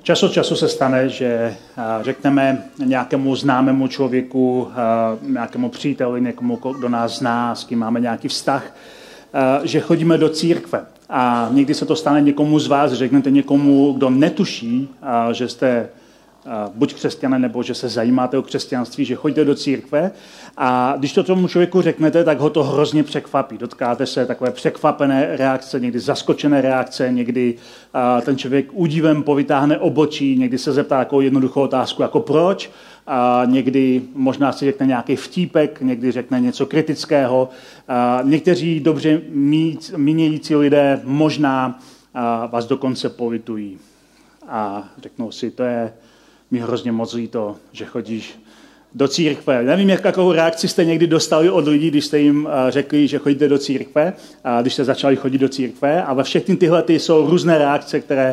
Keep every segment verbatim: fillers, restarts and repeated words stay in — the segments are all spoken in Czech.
Čas od času se stane, že řekneme nějakému známému člověku, nějakému příteli, někomu, kdo nás zná, s kým máme nějaký vztah, že chodíme do církve. A někdy se to stane někomu z vás, řeknete někomu, kdo netuší, že jste buď křesťané, nebo že se zajímáte o křesťanství, že chodíte do církve. A když to tomu člověku řeknete, tak ho to hrozně překvapí. Dotkáte se takové překvapené reakce, někdy zaskočené reakce, někdy uh, ten člověk údivem povytáhne obočí, někdy se zeptá takovou jednoduchou otázku, jako proč. A někdy možná si řekne nějaký vtípek, někdy řekne něco kritického. A někteří dobře mínějící lidé možná a, vás dokonce politují. A řeknou si, to je mi hrozně moc líto, že chodíš do církve. Nevím, jakou reakci jste někdy dostali od lidí, když jste jim řekli, že chodíte do církve, a když jste začali chodit do církve. Ale všechny tyhle ty jsou různé reakce, které,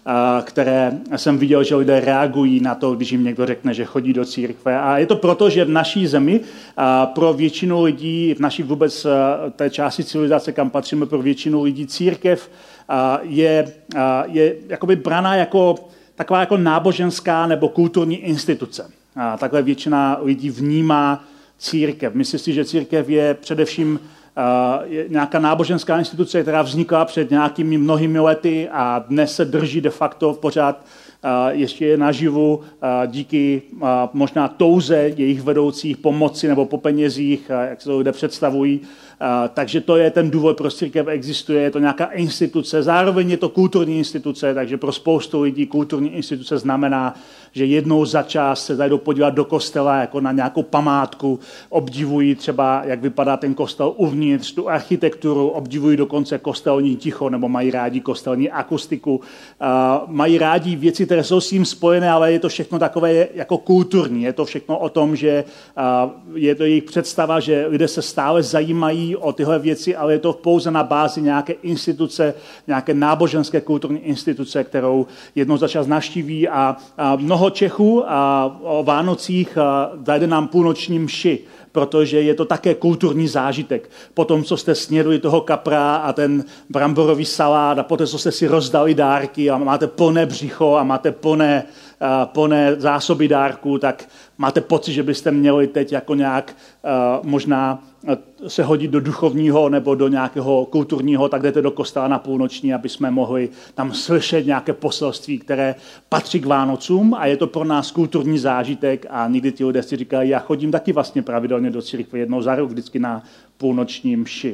které jsem viděl, že lidé reagují na to, když jim někdo řekne, že chodí do církve. A je to proto, že v naší zemi pro většinu lidí, v naší vůbec té části civilizace, kam patříme, pro většinu lidí církev je, je jakoby braná jako taková jako náboženská nebo kulturní instituce. A takhle většina lidí vnímá církev. Myslí si, že církev je především uh, je nějaká náboženská instituce, která vznikla před nějakými mnohými lety a dnes se drží de facto pořád uh, ještě je naživu uh, díky uh, možná touze jejich vedoucích pomoci nebo po penězích, uh, jak se to lidé představují. Uh, takže to je ten důvod, proč církev existuje, je to nějaká instituce, zároveň je to kulturní instituce, takže pro spoustu lidí kulturní instituce znamená, že jednou za čas se zajdou podívat do kostela jako na nějakou památku, obdivují třeba, jak vypadá ten kostel uvnitř, tu architekturu, obdivují dokonce kostelní ticho, nebo mají rádi kostelní akustiku, uh, mají rádi věci, které jsou s tím spojené, ale je to všechno takové jako kulturní, je to všechno o tom, že uh, je to jejich představa, že lidé se stále zajímají o tyhle věci, ale je to pouze na bázi nějaké instituce, nějaké náboženské kulturní instituce, kterou jednou za čas navštíví a, a mnoho Čechů a o Vánocích zajde nám půlnoční mši, protože je to také kulturní zážitek. Potom, co jste snědli toho kapra a ten bramborový salát a poté, co jste si rozdali dárky a máte plné břicho a máte plné, uh, plné zásoby dárků, tak máte pocit, že byste měli teď jako nějak uh, možná se hodit do duchovního nebo do nějakého kulturního, tak jdete do kostela na půlnoční, aby jsme mohli tam slyšet nějaké poselství, které patří k Vánocům a je to pro nás kulturní zážitek a někdy ti lidé si říkají, já chodím taky vlastně pravidelně do církve jednou za rok, vždycky na půlnoční mši.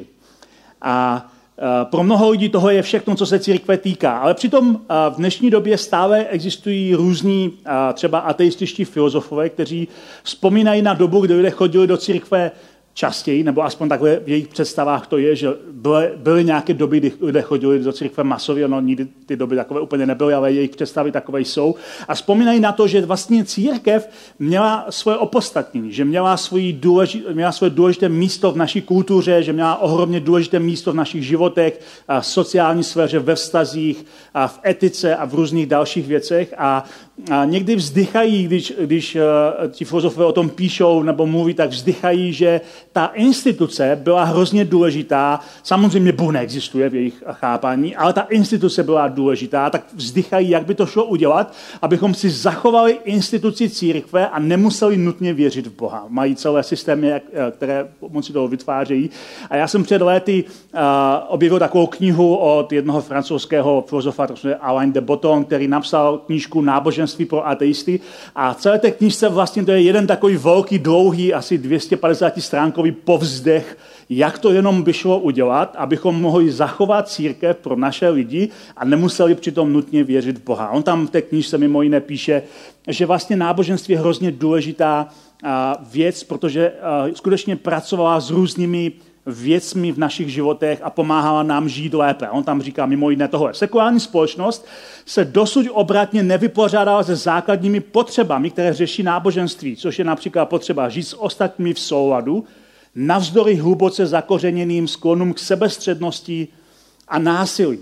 A pro mnoho lidí toho je všechno, co se církve týká. Ale přitom v dnešní době stále existují různí třeba ateističtí filozofové, kteří vzpomínají na dobu, kdy lidé chodili do církve častěji, nebo aspoň takhle v jejich představách to je, že byly, byly nějaké doby, kdy lidé chodili do církve masově, no nikdy ty doby takové úplně nebyly, ale jejich představy takové jsou. A vzpomínají na to, že vlastně církev měla svoje opodstatnění, že měla, důleži, měla svoje důležité místo v naší kultuře, že měla ohromně důležité místo v našich životech, v sociální sféře, ve vztazích, v etice a v různých dalších věcech. A A někdy vzdychají, když, když uh, ti filozofové o tom píšou nebo mluví, tak vzdychají, že ta instituce byla hrozně důležitá. Samozřejmě Bůh neexistuje v jejich chápání, ale ta instituce byla důležitá, tak vzdychají, jak by to šlo udělat, abychom si zachovali instituci církve a nemuseli nutně věřit v Boha. Mají celé systémy, které pomocí toho vytvářejí. A já jsem před léty uh, objevil takovou knihu od jednoho francouzského filozofa, to je Alain de Botton, který napsal knížku Náboženství pro ateisty a celé té knížce vlastně to je jeden takový velký, dlouhý, asi dvě stě padesát stránkový povzdech, jak to jenom by šlo udělat, abychom mohli zachovat církev pro naše lidi a nemuseli přitom nutně věřit v Boha. On tam v té knížce mimo jiné píše, že vlastně náboženství je hrozně důležitá věc, protože skutečně pracovala s různými věcmi v našich životech a pomáhala nám žít lépe. On tam říká mimo jiné tohle. Sekulární společnost se dosud obratně nevypořádala se základními potřebami, které řeší náboženství, což je například potřeba žít s ostatními v souladu, navzdory hluboce zakořeněným sklonům k sebestřednosti a násilí.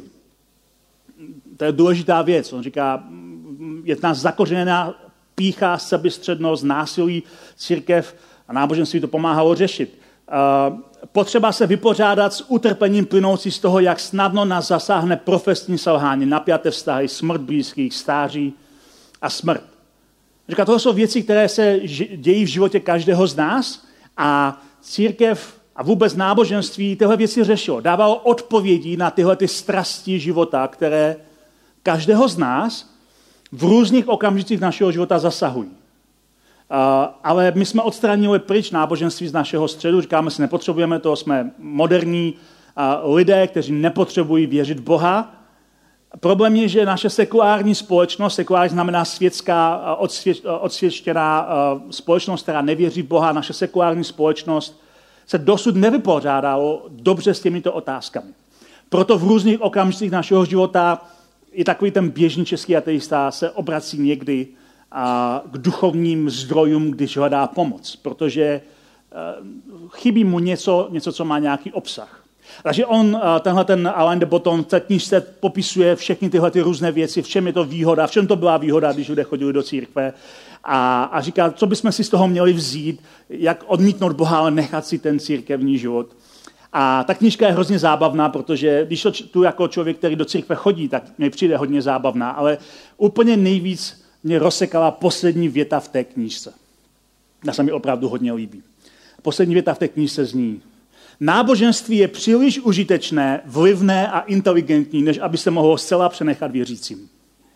To je důležitá věc. On říká, je nás zakořeněná pýcha, sebestřednost, násilí, církev a náboženství to pomáhalo řešit. Potřeba se vypořádat s utrpením plynoucí z toho, jak snadno nás zasáhne profesní selhání, napjaté vztahy, smrt blízkých, stáří, a smrt. Říká, tohle jsou věci, které se dějí v životě každého z nás a církev a vůbec náboženství tyhle věci řešilo. Dávalo odpovědi na tyhle ty strasti života, které každého z nás v různých okamžicích našeho života zasahují. Uh, ale my jsme odstranili pryč náboženství z našeho středu, říkáme si, nepotřebujeme to, jsme moderní uh, lidé, kteří nepotřebují věřit v Boha. Problém je, že naše sekulární společnost, sekulární znamená světská, uh, odsvě, uh, odsvědčená uh, společnost, která nevěří v Boha, naše sekulární společnost se dosud nevypořádalo dobře s těmito otázkami. Proto v různých okamžicích našeho života i takový ten běžný český ateista se obrací někdy a k duchovním zdrojům, když hledá pomoc, protože uh, chybí mu něco, něco, co má nějaký obsah. Takže on, uh, tenhle ten Alain de Botton v té knížce popisuje všechny tyhle ty různé věci, v čem je to výhoda, v čem to byla výhoda, když lidé chodili do církve a, a říká, co bychom si z toho měli vzít, jak odmítnout Boha, ale nechat si ten církevní život. A ta knížka je hrozně zábavná, protože když to tu jako člověk, který do církve chodí, tak mi přijde hodně zábavná, ale úplně nejvíc mě rozsekala poslední věta v té knížce. Ta se mi opravdu hodně líbí. Poslední věta v té knížce zní: náboženství je příliš užitečné, vlivné a inteligentní, než aby se mohlo zcela přenechat věřícím.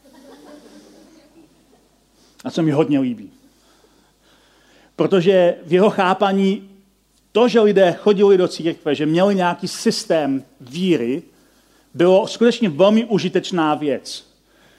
A co mi hodně líbí. Protože v jeho chápaní to, že lidé chodili do církve, že měli nějaký systém víry, bylo skutečně velmi užitečná věc.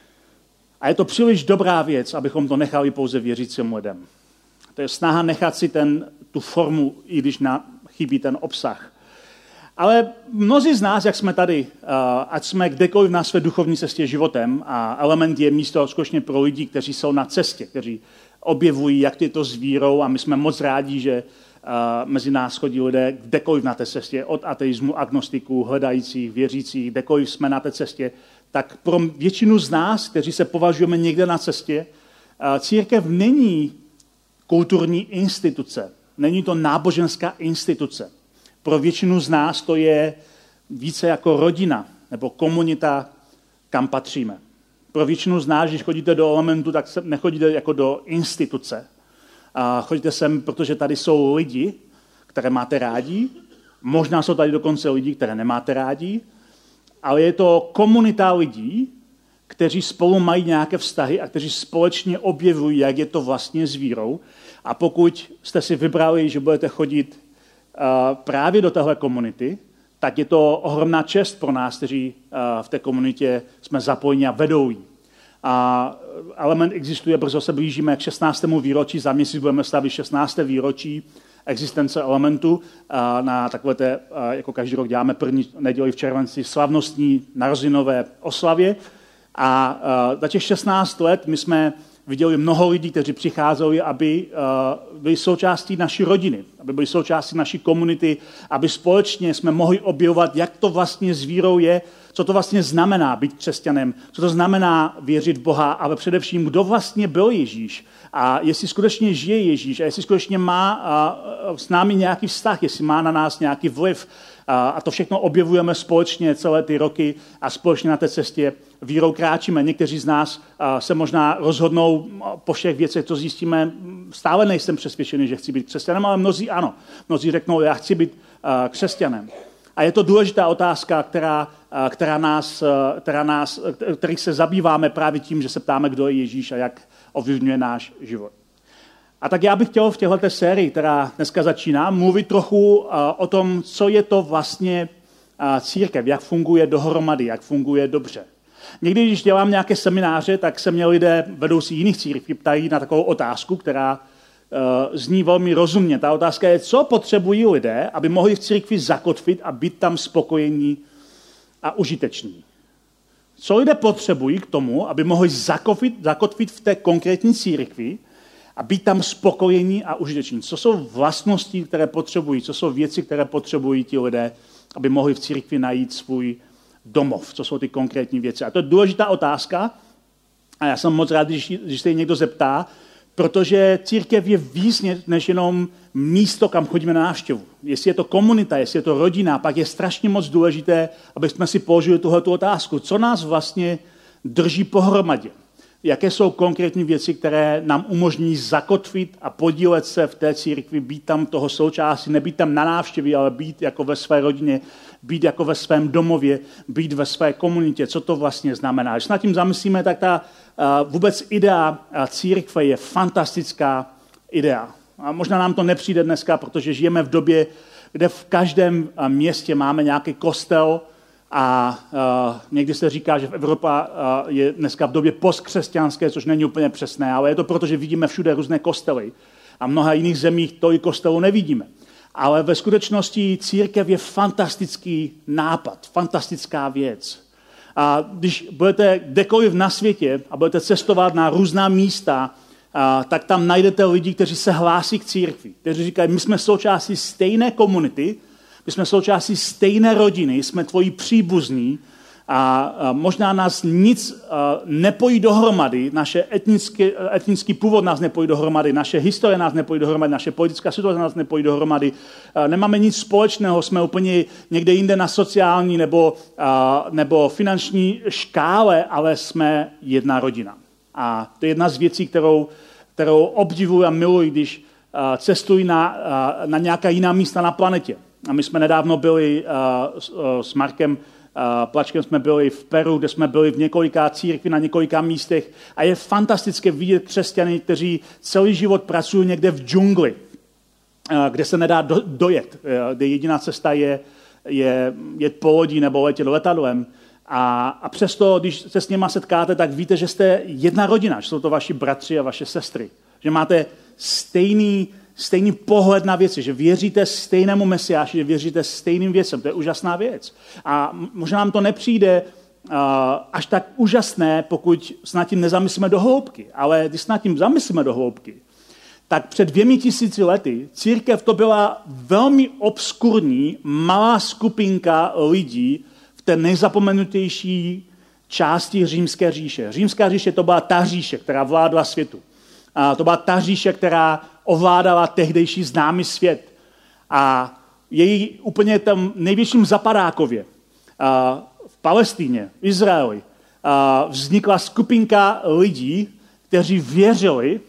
A je to příliš dobrá věc, abychom to nechali pouze věřícím lidem. To je snaha nechat si ten, tu formu, i když na, chybí ten obsah. Ale mnozí z nás, jak jsme tady, ať jsme kdekoliv na své duchovní cestě životem, a Element je místo skutečně pro lidi, kteří jsou na cestě, kteří objevují, jak je to s vírou, a my jsme moc rádi, že mezi nás chodí lidé kdekoliv na té cestě, od ateismu, agnostiků, hledajících, věřících, kdekoliv jsme na té cestě, tak pro většinu z nás, kteří se považujeme někde na cestě, církev není kulturní instituce, není to náboženská instituce. Pro většinu z nás to je více jako rodina nebo komunita, kam patříme. Pro většinu z nás, když chodíte do Elementu, tak nechodíte jako do instituce. A chodíte sem, protože tady jsou lidi, které máte rádi, možná jsou tady dokonce lidi, které nemáte rádi, ale je to komunita lidí, kteří spolu mají nějaké vztahy a kteří společně objevují, jak je to vlastně s vírou. A pokud jste si vybrali, že budete chodit uh, právě do téhle komunity, tak je to ohromná čest pro nás, kteří uh, v té komunitě jsme zapojeni a vedou ji. A Element existuje, brzo se blížíme k šestnáctému výročí, za měsíc budeme slavit šestnácté výročí existence Elementu. Na takové té, jako každý rok děláme první neděli v červenci, slavnostní narozeninové oslavě. A za těch šestnáct let my jsme viděli mnoho lidí, kteří přicházeli, aby byli součástí naší rodiny, aby byli součástí naší komunity, aby společně jsme mohli objevovat, jak to vlastně s vírou je, co to vlastně znamená být křesťanem, co to znamená věřit v Boha, ale především, kdo vlastně byl Ježíš a jestli skutečně žije Ježíš a jestli skutečně má s námi nějaký vztah, jestli má na nás nějaký vliv. A to všechno objevujeme společně celé ty roky a společně na té cestě vírou kráčíme. Někteří z nás se možná rozhodnou po všech věcech, co zjistíme, stále nejsem přesvědčený, že chci být křesťanem, ale mnozí ano. Mnozí řeknou, já chci být křesťanem. A je to důležitá otázka, která, která nás, která nás, který se zabýváme právě tím, že se ptáme, kdo je Ježíš a jak ovlivňuje náš život. A tak já bych chtěl v této sérii, která dneska začíná, mluvit trochu o tom, co je to vlastně církev, jak funguje dohromady, jak funguje dobře. Někdy, když dělám nějaké semináře, tak se mě lidé vedoucí jiných církví ptají na takovou otázku, která zní velmi rozumně. Ta otázka je, co potřebují lidé, aby mohli v církvi zakotvit a být tam spokojení a užiteční. Co lidé potřebují k tomu, aby mohli zakotvit, zakotvit v té konkrétní církvi a být tam spokojení a užiteční. Co jsou vlastnosti, které potřebují, co jsou věci, které potřebují ti lidé, aby mohli v církvi najít svůj domov. Co jsou ty konkrétní věci. A to je důležitá otázka a já jsem moc rád, když, když se ji někdo zeptá, protože církev je víc než jenom místo, kam chodíme na návštěvu. Jestli je to komunita, jestli je to rodina, pak je strašně moc důležité, aby jsme si položili tuhletu otázku. Co nás vlastně drží pohromadě? Jaké jsou konkrétní věci, které nám umožní zakotvit a podílet se v té církvi, být tam toho součástí, nebýt tam na návštěvě, ale být jako ve své rodině, být jako ve svém domově, být ve své komunitě. Co to vlastně znamená? Když nad tím zamyslíme, tak ta uh, vůbec idea církve je fantastická idea. A možná nám to nepřijde dneska, protože žijeme v době, kde v každém městě máme nějaký kostel a uh, někdy se říká, že v Evropě uh, je dneska v době postkřesťanské, což není úplně přesné, ale je to proto, že vidíme všude různé kostely a v mnoha jiných zemích tolik kostelů nevidíme. Ale ve skutečnosti církev je fantastický nápad, fantastická věc. A když budete kdekoliv na světě a budete cestovat na různá místa, a, tak tam najdete lidi, kteří se hlásí k církvi, kteří říkají, my jsme součástí stejné komunity, my jsme součástí stejné rodiny, jsme tvoji příbuzní a, a možná nás nic a, nepojí dohromady, naše etnický, etnický původ nás nepojí dohromady, naše historie nás nepojí dohromady, naše politická situace nás nepojí dohromady, a, nemáme nic společného, jsme úplně někde jinde na sociální nebo, a, nebo finanční škále, ale jsme jedna rodina. A to je jedna z věcí, kterou, kterou obdivuji a miluji, když a, cestuji na, a, na nějaká jiná místa na planetě. A my jsme nedávno byli a, s, a, s Markem a, Plačkem, jsme byli v Peru, kde jsme byli v několika církvi, na několika místech. A je fantastické vidět křesťany, kteří celý život pracují někde v džungli, a, kde se nedá do, dojet, a, kde jediná cesta je, je jet po lodi nebo letět letadlem. A, a přesto, když se s něma setkáte, tak víte, že jste jedna rodina, že jsou to vaši bratři a vaše sestry. Že máte stejný, stejný pohled na věci, že věříte stejnému Mesiáši, že věříte stejným věcem. To je úžasná věc. A možná nám to nepřijde uh, až tak úžasné, pokud se nad tím nezamyslíme do hloubky. Ale když se nad tím zamyslíme do hloubky, tak před dvěmi tisíci lety církev to byla velmi obskurní, malá skupinka lidí, té nejzapomenutější části Římské říše. Římská říše to byla ta říše, která vládla světu. A to byla ta říše, která ovládala tehdejší známý svět. A její úplně tam největším zapadákově a v Palestíně, v Izraeli, a vznikla skupinka lidí, kteří věřili,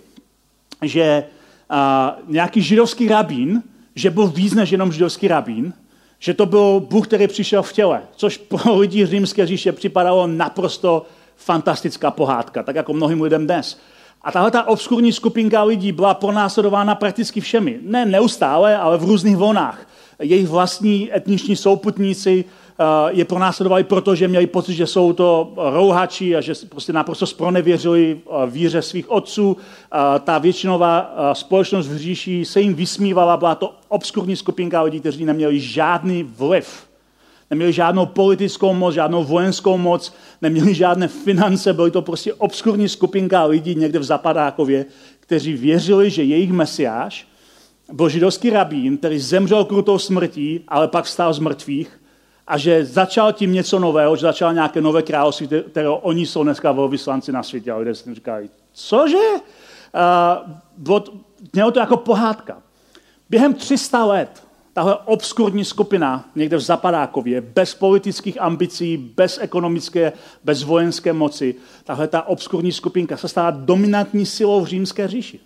že a, nějaký židovský rabín, že byl víc než jenom židovský rabín, že to byl Bůh, který přišel v těle, což pro lidi Římské říše připadalo naprosto fantastická pohádka, tak jako mnohým lidem dnes. A tahle ta obskurní skupinka lidí byla pronásledována prakticky všemi. Ne neustále, ale v různých vlnách. Jejich vlastní etniční souputníci je pronásledovali, protože měli pocit, že jsou to rouhači a že prostě naprosto zpronevěřili víře svých otců. Ta většinová společnost v říši se jim vysmívala, byla to obskurní skupinka lidí, kteří neměli žádný vliv. Neměli žádnou politickou moc, žádnou vojenskou moc, neměli žádné finance, byly to prostě obskurní skupinka lidí někde v Zapadákově, kteří věřili, že jejich Mesiáš byl židovský rabín, který zemřel krutou smrtí, ale pak vstal z mrtvých, a že začal tím něco nového, že začal nějaké nové království, kterého oni jsou dneska velvyslanci na světě. A lidé si říkají, cože? Uh, bylo to, mělo to jako pohádka. Během tři sta let tahle obskurní skupina někde v Zapadákově, bez politických ambicí, bez ekonomické, bez vojenské moci, tahle ta obskurní skupinka se stala dominantní silou v Římské říši.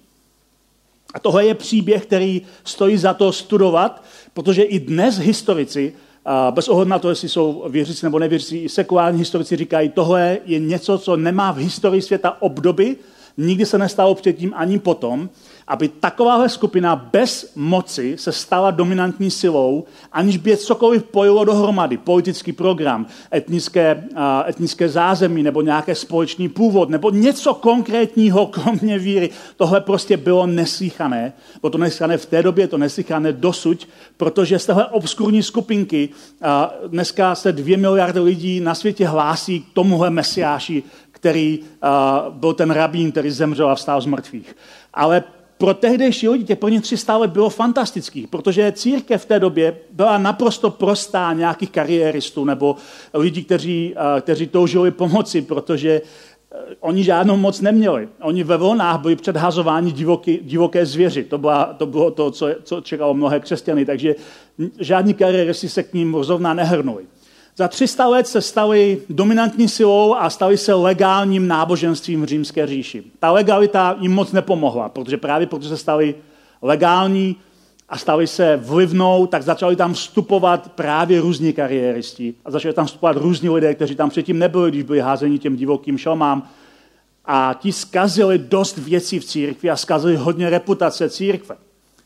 A tohle je příběh, který stojí za to studovat, protože i dnes historici, bez ohledu na to, jestli jsou věřící nebo nevěřící, i sekulární historici říkají, tohle je něco, co nemá v historii světa obdoby, nikdy se nestalo předtím ani potom, aby takováhle skupina bez moci se stala dominantní silou, aniž by je cokoliv pojilo dohromady, politický program, etnické, uh, etnické zázemí nebo nějaký společný původ, nebo něco konkrétního, kromě víry. Tohle prostě bylo neslýchané. Bylo to neslýchané v té době, to neslýchané dosud, protože z téhle obskurní skupinky uh, dneska se dvě miliardy lidí na světě hlásí k tomuhle Mesiáši, který uh, byl ten rabín, který zemřel a vstal z mrtvých. Ale pro tehdejší lidi těch prvních tři sta let bylo fantastických, protože církev v té době byla naprosto prostá nějakých kariéristů nebo lidí, kteří, uh, kteří toužili pomoci, protože uh, oni žádnou moc neměli. Oni ve vlnách byli předhazováni divoké, divoké zvěři. To, byla, to bylo to, co, co čekalo mnohé křesťany, takže žádní kariéristi se k ním zrovna nehrnuli. Za tři sta let se staly dominantní silou a staly se legálním náboženstvím v římské říši. Ta legalita jim moc nepomohla, protože právě protože se staly legální a staly se vlivnou, tak začali tam vstupovat právě různí kariéristi a začali tam vstupovat různí lidé, kteří tam předtím nebyli, když byli házeni těm divokým šelmám. A ti zkazili dost věcí v církvi a zkazili hodně reputace církve.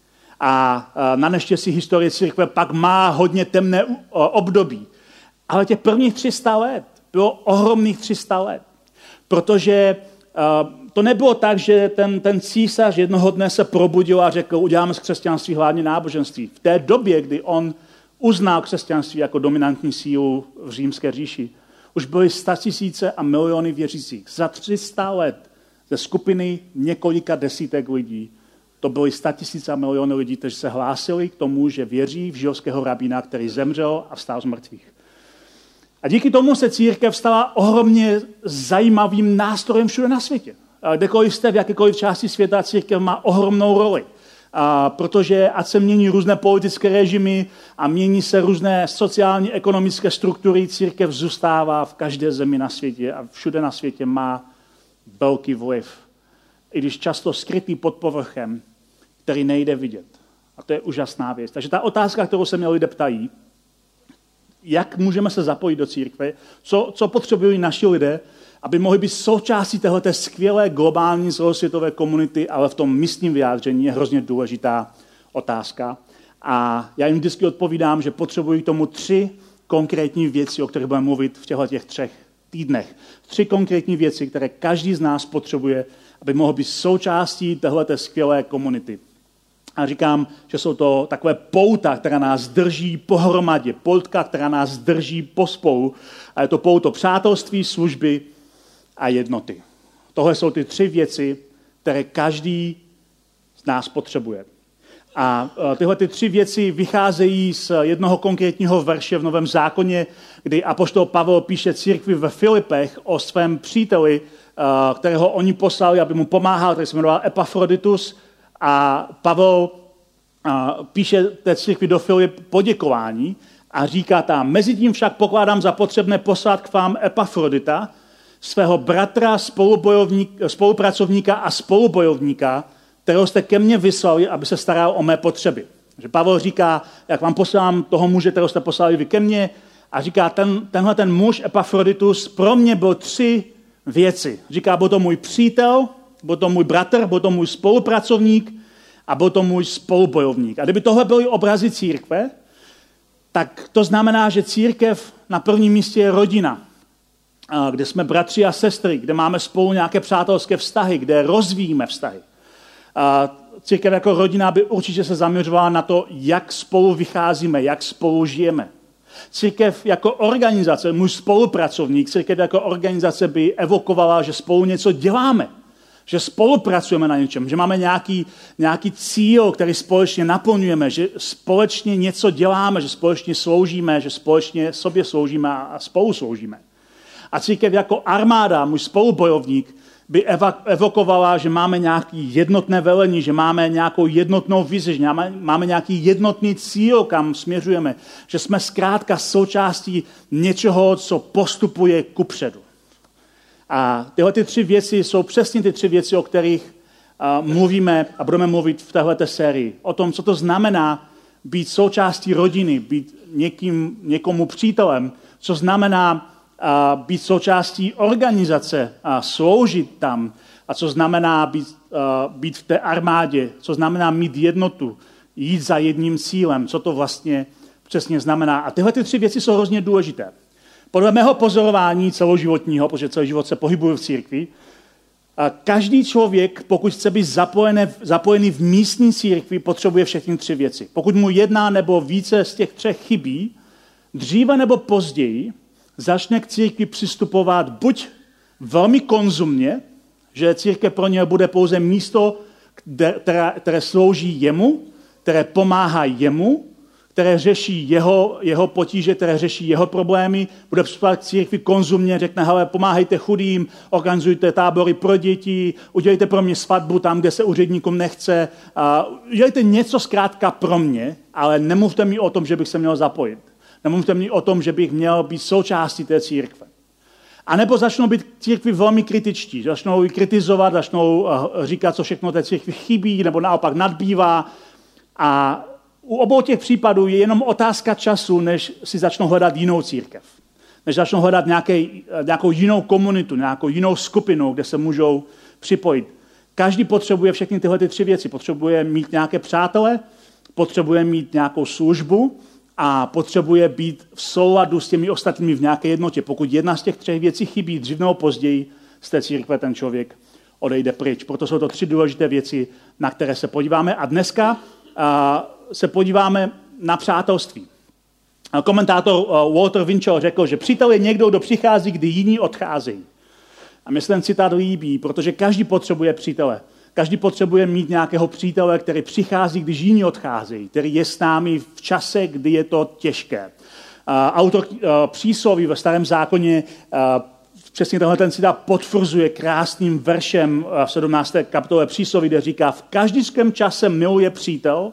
A na neštěstí historie církve pak má hodně temné období. Ale těch prvních tři sta let bylo ohromných tři sta let. Protože to nebylo tak, že ten, ten císař jednoho dne se probudil a řekl, uděláme z křesťanství hlavně náboženství. V té době, kdy on uznal křesťanství jako dominantní sílu v římské říši, už byly statisíce a miliony věřících. Za tři sta let ze skupiny několika desítek lidí to byly statisíce a miliony lidí, kteří se hlásili k tomu, že věří v židovského rabína, který zemřel a vstal z mrtvých. A díky tomu se církev stala ohromně zajímavým nástrojem všude na světě. Kdekoliv jste, v jakékoliv části světa, církev má ohromnou roli. A protože ať se mění různé politické režimy a mění se různé sociální, ekonomické struktury, církev zůstává v každé zemi na světě a všude na světě má velký vliv. I když často skrytý pod povrchem, který nejde vidět. A to je úžasná věc. Takže ta otázka, kterou se mě lidé ptají, jak můžeme se zapojit do církve, co, co potřebují naši lidé, aby mohli být součástí téhleté skvělé globální celosvětové komunity, ale v tom místním vyjádření je hrozně důležitá otázka. A já jim vždycky odpovídám, že potřebují k tomu tři konkrétní věci, o kterých budeme mluvit v těchto těch třech týdnech. Tři konkrétní věci, které každý z nás potřebuje, aby mohl být součástí téhleté skvělé komunity. A říkám, že jsou to takové pouta, která nás drží pohromadě, poutka, která nás drží pospolu. A je to pouto přátelství, služby a jednoty. Tohle jsou ty tři věci, které každý z nás potřebuje. A tyhle ty tři věci vycházejí z jednoho konkrétního verše v Novém zákoně, kdy apoštol Pavel píše církvi ve Filipech o svém příteli, kterého oni poslali, aby mu pomáhal, který se jmenoval Epafroditus. A Pavel píše té církvi do Filip poděkování a říká tam, mezi tím však pokládám za potřebné poslat k vám Epafrodita, svého bratra, spolupracovníka a spolubojovníka, kterého jste ke mně vyslali, aby se staral o mé potřeby. Že Pavel říká, jak vám posílám toho muže, kterého jste poslali vy ke mně, a říká, ten, tenhle ten muž Epafroditus pro mě byl tři věci. Říká, byl to můj přítel, byl to můj bratr, byl to můj spolupracovník a byl to můj spolubojovník. A kdyby tohle byly obrazy církve, tak to znamená, že církev na prvním místě je rodina, kde jsme bratři a sestry, kde máme spolu nějaké přátelské vztahy, kde rozvíjíme vztahy. A církev jako rodina by určitě se zaměřovala na to, jak spolu vycházíme, jak spolu žijeme. Církev jako organizace, můj spolupracovník, církev jako organizace by evokovala, že spolu něco děláme, že spolupracujeme na něčem, že máme nějaký, nějaký cíl, který společně naplňujeme, že společně něco děláme, že společně sloužíme, že společně sobě sloužíme a spolu sloužíme. A církev jako armáda, můj spolubojovník, by evokovala, že máme nějaký jednotné velení, že máme nějakou jednotnou vizi, že máme, máme nějaký jednotný cíl, kam směřujeme, že jsme zkrátka součástí něčeho, co postupuje kupředu. A tyhle ty tři věci jsou přesně ty tři věci, o kterých uh, mluvíme a budeme mluvit v téhleté sérii. O tom, co to znamená být součástí rodiny, být někým, někomu přítelem, co znamená uh, být součástí organizace a sloužit tam, a co znamená být, uh, být v té armádě, co znamená mít jednotu, jít za jedním cílem, co to vlastně přesně znamená. A tyhle ty tři věci jsou hrozně důležité. Podle mého pozorování celoživotního, protože celý život se pohybuji v církvi, každý člověk, pokud chce být zapojený, zapojený v místní církvi, potřebuje všechny tři věci. Pokud mu jedna nebo více z těch třech chybí, dříve nebo později začne k církvi přistupovat buď velmi konzumně, že církev pro něj bude pouze místo, které, které slouží jemu, které pomáhá jemu, které řeší jeho, jeho potíže, které řeší jeho problémy, bude přistupovat k církvi konzumně, řekne, hele, pomáhejte chudým, organizujte tábory pro děti, udělejte pro mě svatbu tam, kde se úředníkům nechce, uh, udělejte něco zkrátka pro mě, ale nemluvte mi o tom, že bych se měl zapojit. Nemluvte mi o tom, že bych měl být součástí té církve. A nebo začnou být církvi velmi kritičtí, začnou ji kritizovat, začnou říkat, co všechno té církvi chybí, nebo naopak nadbývá. A u obou těch případů je jenom otázka času, než si začnou hledat jinou církev. Než začnou hledat nějaké, nějakou jinou komunitu, nějakou jinou skupinu, kde se můžou připojit. Každý potřebuje všechny tyhle ty tři věci. Potřebuje mít nějaké přátele, potřebuje mít nějakou službu a potřebuje být v souladu s těmi ostatními v nějaké jednotě. Pokud jedna z těch třech věcí chybí, dřív nebo později z té církve ten člověk odejde pryč. Proto jsou to tři důležité věci, na které se podíváme. A dneska uh, se podíváme na přátelství. Komentátor Walter Winchell řekl, že přítel je někdo, kdo přichází, kdy jiní odcházejí. A mě se ten citát líbí, protože každý potřebuje přítele. Každý potřebuje mít nějakého přítele, který přichází, když jiní odcházejí, který je s námi v čase, kdy je to těžké. Autor přísloví ve Starém zákoně přesně tenhle ten citát potvrzuje krásným veršem v sedmnácté kapitole přísloví, kde říká: v každém čase miluje přítel,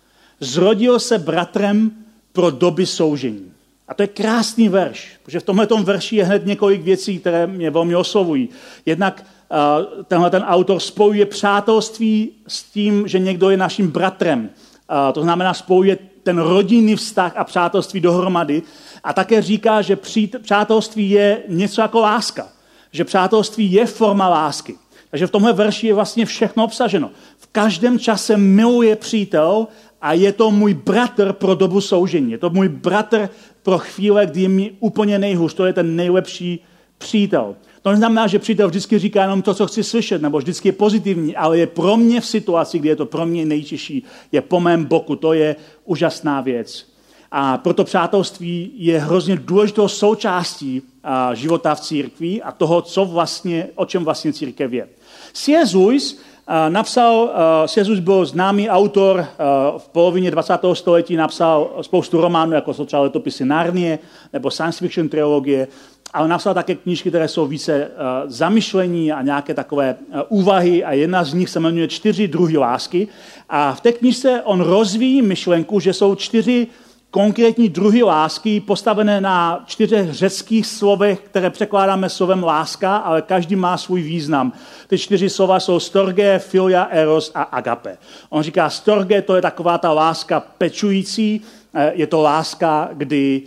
zrodil se bratrem pro doby soužení. A to je krásný verš, protože v tomhletom verši je hned několik věcí, které mě velmi oslovují. Jednak uh, tenhle ten autor spojuje přátelství s tím, že někdo je naším bratrem. Uh, to znamená, spojuje ten rodinný vztah a přátelství dohromady. A také říká, že přít, přátelství je něco jako láska. Že přátelství je forma lásky. Takže v tomhle verši je vlastně všechno obsaženo. V každém čase miluje přítel a je to můj bratr pro dobu soužení. Je to můj bratr pro chvíle, kdy je mi úplně nejhůř. To je ten nejlepší přítel. To neznamená, že přítel vždycky říká jenom to, co chci slyšet, nebo vždycky je pozitivní, ale je pro mě v situaci, kdy je to pro mě nejtěžší, je po mém boku. To je úžasná věc. A proto přátelství je hrozně důležitou součástí života v církvi a toho, co vlastně, o čem vlastně církev je. C S. Lewis napsal, C S. Lewis byl známý autor, v polovině dvacátého století napsal spoustu románů, jako jsou třeba Letopisy Narnie nebo science fiction trilogie, ale napsal také knížky, které jsou více zamyšlení a nějaké takové úvahy a jedna z nich se jmenuje Čtyři druhy lásky. A v té knížce on rozvíjí myšlenku, že jsou čtyři konkrétní druhy lásky postavené na čtyřech řeckých slovech, které překládáme slovem láska, ale každý má svůj význam. Ty čtyři slova jsou storge, filia, eros a agape. On říká, storge, to je taková ta láska pečující, je to láska, kdy,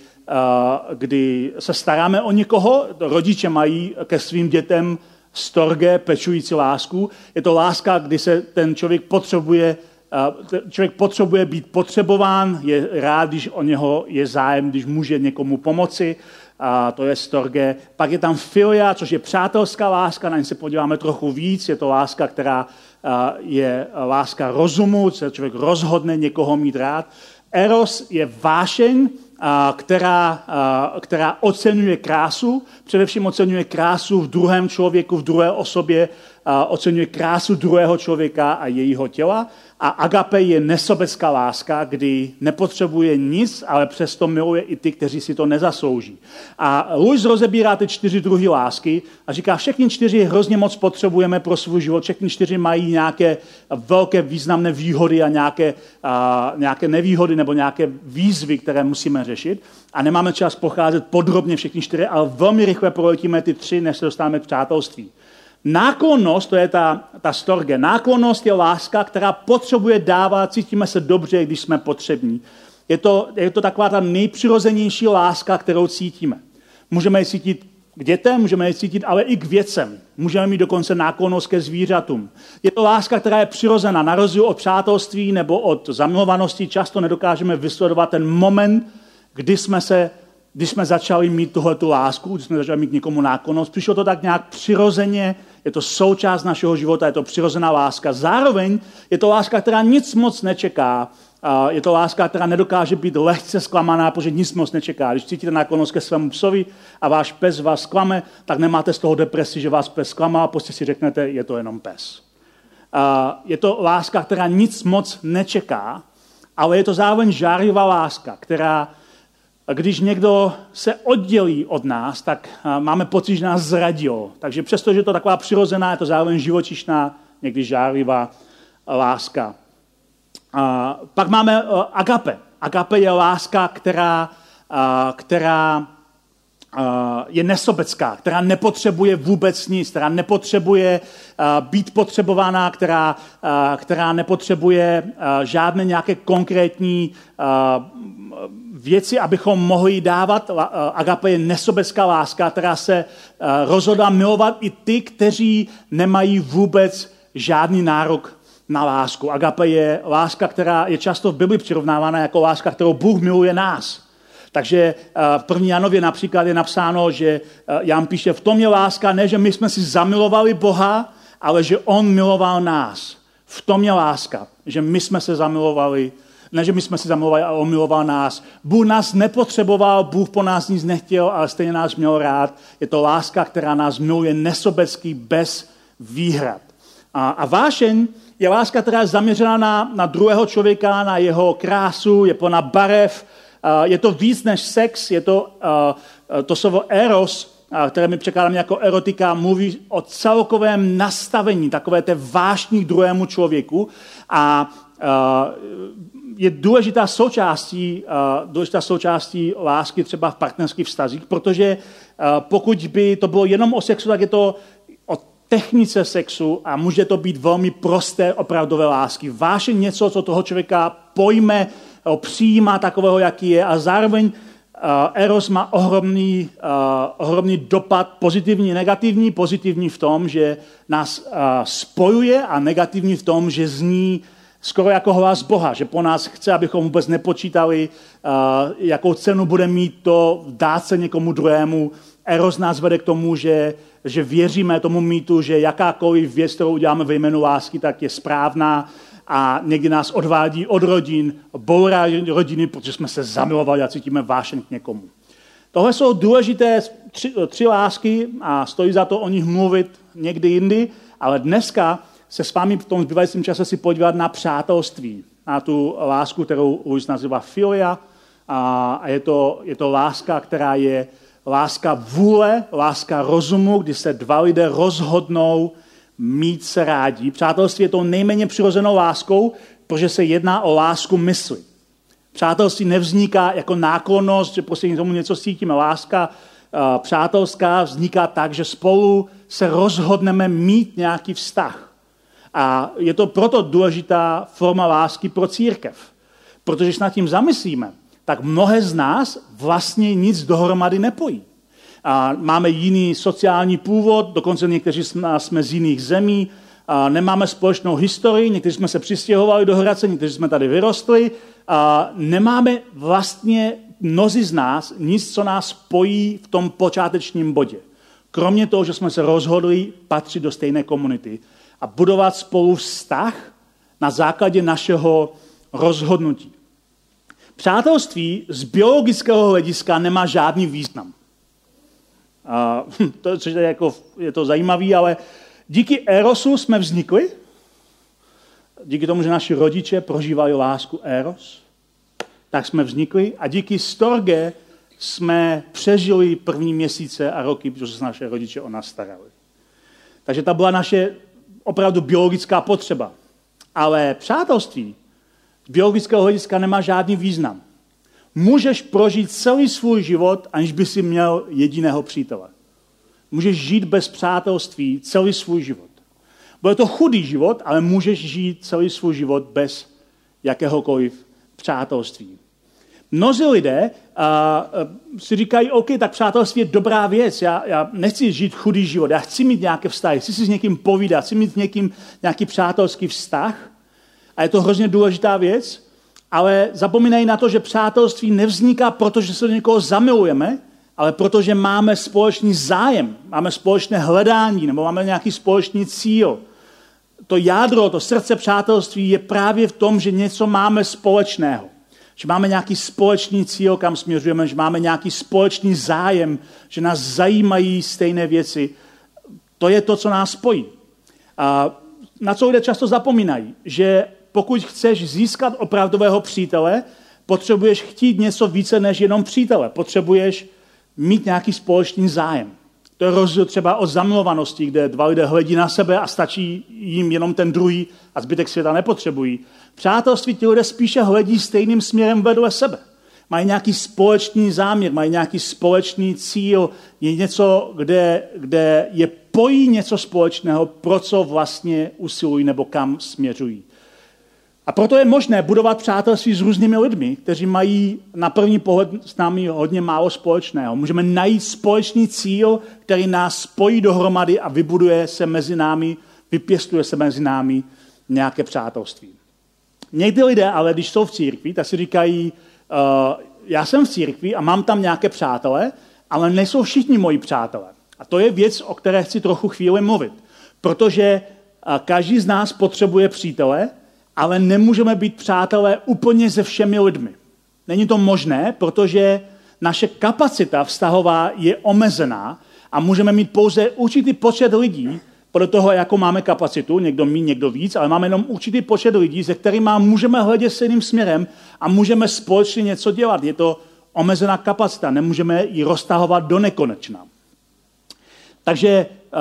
kdy se staráme o někoho, rodiče mají ke svým dětem storge, pečující lásku. Je to láska, kdy se ten člověk potřebuje Člověk potřebuje být potřebován, je rád, když o něho je zájem, když může někomu pomoci, a to je storge. Pak je tam filia, což je přátelská láska, na ní se podíváme trochu víc, je to láska, která je láska rozumu, se člověk rozhodne někoho mít rád. Eros je vášeň, která, která oceňuje krásu, především oceňuje krásu v druhém člověku, v druhé osobě, oceňuje krásu druhého člověka a jejího těla. A agape je nesobecká láska, kdy nepotřebuje nic, ale přesto miluje i ty, kteří si to nezaslouží. A Lewis rozebírá ty čtyři druhy lásky a říká, všechny čtyři hrozně moc potřebujeme pro svůj život, všechny čtyři mají nějaké velké významné výhody a nějaké, a, nějaké nevýhody nebo nějaké výzvy, které musíme řešit. A nemáme čas pocházet podrobně všechny čtyři, ale velmi rychle proletíme ty tři, než se dostáváme k přátelství. Náklonnost, to je ta, ta storge. Náklonnost je láska, která potřebuje dávat, cítíme se dobře, když jsme potřební. Je to, je to taková ta nejpřirozenější láska, kterou cítíme. Můžeme ji cítit k dětem, můžeme ji cítit ale i k věcem. Můžeme mít dokonce náklonnost ke zvířatům. Je to láska, která je přirozená. Na rozdíl od přátelství nebo od zamilovanosti často nedokážeme vysledovat ten moment, kdy jsme se Když jsme začali mít tuhletu lásku, když jsme začali mít někomu náklonnost, přišlo to tak nějak přirozeně, je to součást našeho života, je to přirozená láska. Zároveň je to láska, která nic moc nečeká, je to láska, která nedokáže být lehce zklamaná, protože nic moc nečeká. Když cítíte náklonnost ke svému psovi a váš pes vás zklame, tak nemáte z toho depresi, že vás pes zklamal, prostě si řeknete, je to jenom pes. Je to láska, která nic moc nečeká, ale je to zároveň žárlivá láska, která když někdo se oddělí od nás, tak máme pocit, že nás zradil. Takže přestože je to taková přirozená, je to zároveň živočišná, někdy žárlivá láska. A pak máme agape. Agape je láska, která která je nesobecká, která nepotřebuje vůbec nic, která nepotřebuje být potřebována, která, která nepotřebuje žádné nějaké konkrétní věci, abychom mohli dávat. Agape je nesobecká láska, která se rozhodla milovat i ty, kteří nemají vůbec žádný nárok na lásku. Agape je láska, která je často v Bibli přirovnávána jako láska, kterou Bůh miluje nás. Takže v první Janově například je napsáno, že Jan píše, v tom je láska, ne, že my jsme si zamilovali Boha, ale že on miloval nás. V tom je láska, že my jsme se zamilovali, ne, že my jsme si zamilovali, ale on miloval nás. Bůh nás nepotřeboval, Bůh po nás nic nechtěl, ale stejně nás měl rád. Je to láska, která nás miluje nesobecky, bez výhrad. A, a vášeň je láska, která je zaměřena na, na druhého člověka, na jeho krásu, je plná barev. Je to víc než sex, je to, to slovo eros, které my překládáme jako erotika, mluví o celkovém nastavení, takové té vášní k druhému člověku a je důležitá součástí, důležitá součástí lásky třeba v partnerských vztazích, protože pokud by to bylo jenom o sexu, tak je to o technice sexu a může to být velmi prosté opravdové lásky. Vášeň něco, co toho člověka pojme, přijímá takového, jaký je a zároveň uh, eros má ohromný, uh, ohromný dopad, pozitivní, negativní, pozitivní v tom, že nás uh, spojuje a negativní v tom, že zní skoro jako hlas Boha, že po nás chce, abychom vůbec nepočítali, uh, jakou cenu bude mít to dát se někomu druhému. Eros nás vede k tomu, že, že věříme tomu mýtu, že jakákoliv věc, kterou uděláme ve jménu lásky, tak je správná, a někdy nás odvádí od rodin, bourá rodiny, protože jsme se zamilovali a cítíme vášeň k někomu. Tohle jsou důležité tři, tři lásky a stojí za to o nich mluvit někdy jindy, ale dneska se s vámi v tom zbývajícím čase si podívat na přátelství, na tu lásku, kterou Luis nazývá filia a je to, je to láska, která je láska vůle, láska rozumu, kdy se dva lidé rozhodnou mít se rádi. Přátelství je tou nejméně přirozenou láskou, protože se jedná o lásku mysli. Přátelství nevzniká jako náklonnost, že prostě k tomu něco cítíme. Láska uh, přátelská vzniká tak, že spolu se rozhodneme mít nějaký vztah. A je to proto důležitá forma lásky pro církev. Protože když nad tím zamyslíme, tak mnohé z nás vlastně nic dohromady nepojí. A máme jiný sociální původ, dokonce někteří jsme z jiných zemí, a nemáme společnou historii, někteří jsme se přistěhovali do Hradce, někteří jsme tady vyrostli, a nemáme vlastně mnozí z nás nic, co nás spojí v tom počátečním bodě. Kromě toho, že jsme se rozhodli patřit do stejné komunity a budovat spolu vztah na základě našeho rozhodnutí. Přátelství z biologického hlediska nemá žádný význam. A to, což je, jako, je to zajímavé, ale díky erosu jsme vznikli, díky tomu, že naši rodiče prožívali lásku eros, tak jsme vznikli a díky storge jsme přežili první měsíce a roky, protože se naše rodiče o nás starali. Takže ta byla naše opravdu biologická potřeba. Ale přátelství z biologického hlediska nemá žádný význam. Můžeš prožít celý svůj život, aniž by si měl jediného přítele. Můžeš žít bez přátelství celý svůj život. Bude to chudý život, ale můžeš žít celý svůj život bez jakéhokoliv přátelství. Mnozí lidé uh, si říkají, OK, tak přátelství je dobrá věc, já, já nechci žít chudý život, já chci mít nějaké vztahy, chci si s někým povídat, chci mít s někým nějaký přátelský vztah a je to hrozně důležitá věc, ale zapomínají na to, že přátelství nevzniká, protože se do někoho zamilujeme, ale protože máme společný zájem, máme společné hledání nebo máme nějaký společný cíl. To jádro, to srdce přátelství je právě v tom, že něco máme společného. Že máme nějaký společný cíl, kam směřujeme, že máme nějaký společný zájem, že nás zajímají stejné věci. To je to, co nás spojí. A na co lidé často zapomínají, že pokud chceš získat opravdového přítele, potřebuješ chtít něco více než jenom přítele. Potřebuješ mít nějaký společný zájem. To je rozdíl třeba od zamilovanosti, kde dva lidé hledí na sebe a stačí jim jenom ten druhý a zbytek světa nepotřebují. Přátelství ti lidé spíše hledí stejným směrem vedle sebe. Mají nějaký společný záměr, mají nějaký společný cíl, je něco, kde, kde je pojí něco společného, pro co vlastně usilují nebo kam směřují. A proto je možné budovat přátelství s různými lidmi, kteří mají na první pohled s námi hodně málo společného. Můžeme najít společný cíl, který nás spojí dohromady a vybuduje se mezi námi, vypěstuje se mezi námi nějaké přátelství. Někdy lidé, ale když jsou v církvi, tak si říkají, uh, já jsem v církvi a mám tam nějaké přátele, ale nejsou všichni moji přátelé. A to je věc, o které chci trochu chvíli mluvit. Protože uh, každý z nás potřebuje přítele, ale nemůžeme být přátelé úplně se všemi lidmi. Není to možné, protože naše kapacita vztahová je omezená a můžeme mít pouze určitý počet lidí, podle toho, jakou máme kapacitu, někdo míň, někdo víc, ale máme jenom určitý počet lidí, se kterými můžeme hledět stejným směrem a můžeme společně něco dělat. Je to omezená kapacita, nemůžeme ji roztahovat do nekonečna. Takže uh,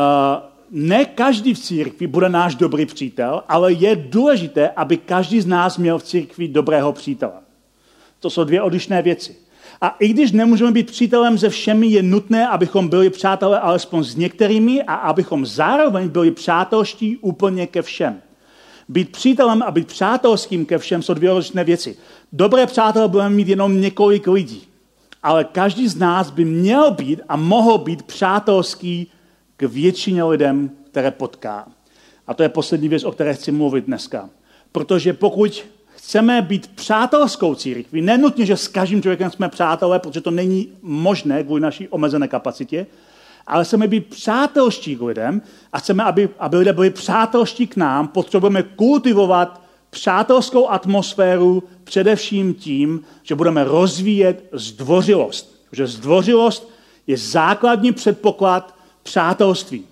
ne každý v církvi bude náš dobrý přítel, ale je důležité, aby každý z nás měl v církvi dobrého přítele. To jsou dvě odlišné věci. A i když nemůžeme být přítelem se všemi, je nutné, abychom byli přátelé alespoň s některými a abychom zároveň byli přátelští úplně ke všem. Být přítelem a být přátelským ke všem jsou dvě odlišné věci. Dobré přátelé budeme mít jenom několik lidí, ale každý z nás by měl být a mohl být přátelský k většině lidem, které potká. A to je poslední věc, o které chci mluvit dneska. Protože pokud chceme být přátelskou církví, nenutně, že s každým člověkem jsme přátelé, protože to není možné kvůli naší omezené kapacitě, ale chceme být přátelští k lidem a chceme, aby, aby lidé byli přátelští k nám, potřebujeme kultivovat přátelskou atmosféru především tím, že budeme rozvíjet zdvořilost. Protože zdvořilost je základní předpoklad přátelství.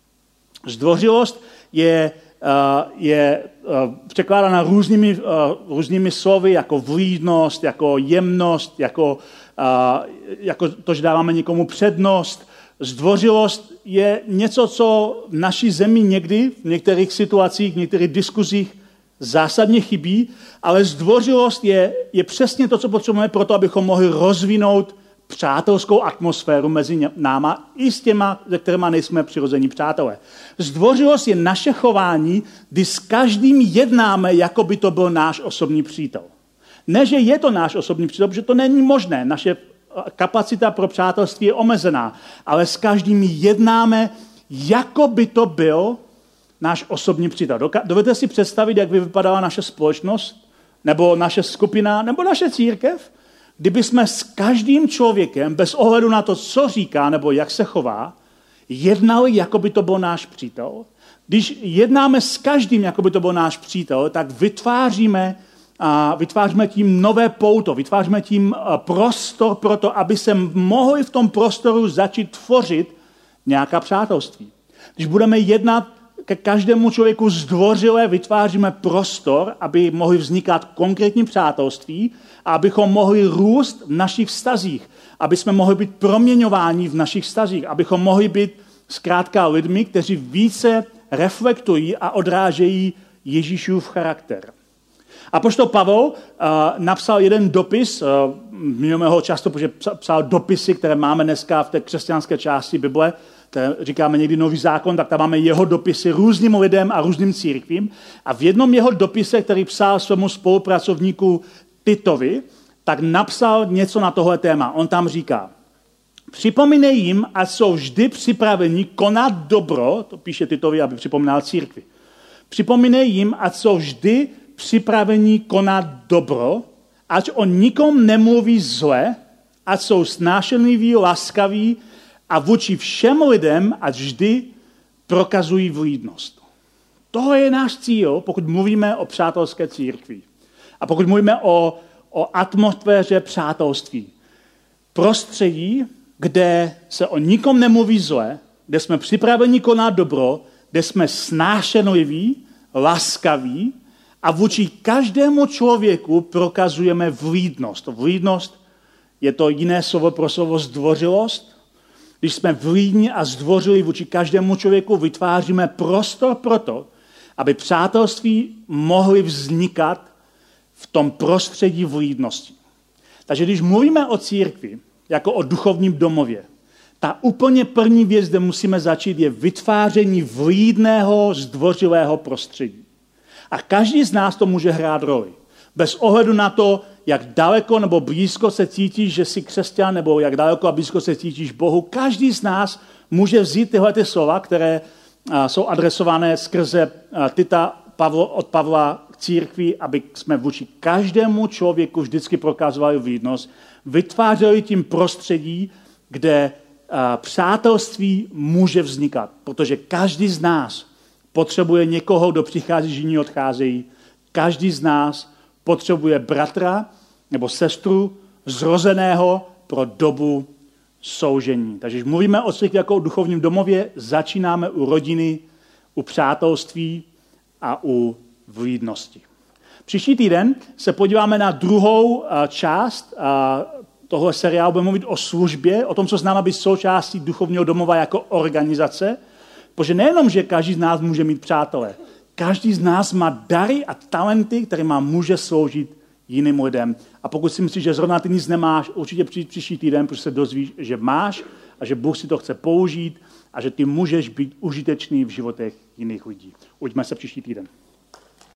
Zdvořilost je, uh, je uh, překládána různými, uh, různými slovy, jako vlídnost, jako jemnost, jako, uh, jako to, že dáváme někomu přednost. Zdvořilost je něco, co v naší zemi někdy, v některých situacích, v některých diskuzích zásadně chybí, ale zdvořilost je, je přesně to, co potřebujeme pro to, abychom mohli rozvinout přátelskou atmosféru mezi náma i s těma, se kterýma nejsme přirození přátelé. Zdvořilost je naše chování, kdy s každým jednáme, jako by to byl náš osobní přítel. Ne, že je to náš osobní přítel, protože to není možné. Naše kapacita pro přátelství je omezená, ale s každým jednáme, jako by to byl náš osobní přítel. Dovedete si představit, jak by vypadala naše společnost, nebo naše skupina, nebo naše církev, kdyby jsme s každým člověkem, bez ohledu na to, co říká, nebo jak se chová, jednali, jako by to byl náš přítel. Když jednáme s každým, jako by to byl náš přítel, tak vytváříme, a vytváříme tím nové pouto, vytváříme tím prostor pro to, aby se mohli v tom prostoru začít tvořit nějaká přátelství. Když budeme jednat ke každému člověku zdvořile, vytváříme prostor, aby mohly vznikat konkrétní přátelství a abychom mohli růst v našich vztazích, aby jsme mohli být proměňováni v našich vztazích, abychom mohli být zkrátka lidmi, kteří více reflektují a odrážejí Ježíšův charakter. Apoštol Pavel uh, napsal jeden dopis, uh, mimo ho často, protože psal dopisy, které máme dneska v té křesťanské části Bible, které říkáme někdy Nový zákon, tak tam máme jeho dopisy různým lidem a různým církvím. A v jednom jeho dopise, který psal svému spolupracovníku Titovi, tak napsal něco na tohle téma. On tam říká, připomínej jim, ať jsou vždy připraveni konat dobro, to píše Titovi, aby připomínal církvi. Připomínej jim, ať jsou vždy připraveni konat dobro, ať o nikom nemluví zle, ať jsou snášenliví, laskaví a vůči všem lidem, ať vždy prokazují vlídnost. Tohle je náš cíl, pokud mluvíme o přátelské církvi. A pokud mluvíme o, o atmosféře přátelství. Prostředí, kde se o nikom nemluví zle, kde jsme připraveni konat dobro, kde jsme snášenliví, laskaví a vůči každému člověku prokazujeme vlídnost. Vlídnost je to jiné slovo pro slovo zdvořilost. Když jsme vlídní a zdvořilí vůči každému člověku, vytváříme prostor pro to, aby přátelství mohly vznikat v tom prostředí vlídnosti. Takže když mluvíme o církvi, jako o duchovním domově, ta úplně první věc, kde musíme začít, je vytváření vlídného, zdvořilého prostředí. A každý z nás to může hrát roli. Bez ohledu na to, jak daleko nebo blízko se cítíš, že jsi křesťan, nebo jak daleko a blízko se cítíš Bohu, každý z nás může vzít tyhle ty slova, které a, jsou adresované skrze a, Tita Pavlo, od Pavla k církvi, aby jsme vůči každému člověku vždycky prokazovali vlídnost, vytvářeli tím prostředí, kde a, přátelství může vznikat, protože každý z nás potřebuje někoho, kdo přichází, jiní odcházejí. Každý z nás potřebuje bratra nebo sestru zrozeného pro dobu soužení. Takže když mluvíme o církvi jako o duchovním domově, začínáme u rodiny, u přátelství a u vlídnosti. Příští týden se podíváme na druhou část tohle seriálu. Budeme mluvit o službě, o tom, co znamená být součástí duchovního domova jako organizace, protože nejenom, že každý z nás může mít přátele, každý z nás má dary a talenty, kterými může sloužit jiným lidem. A pokud si myslíš, že zrovna ty nic nemáš, určitě přijď příští týden, protože se dozvíš, že máš a že Bůh si to chce použít a že ty můžeš být užitečný v životech jiných lidí. Uvidíme se příští týden.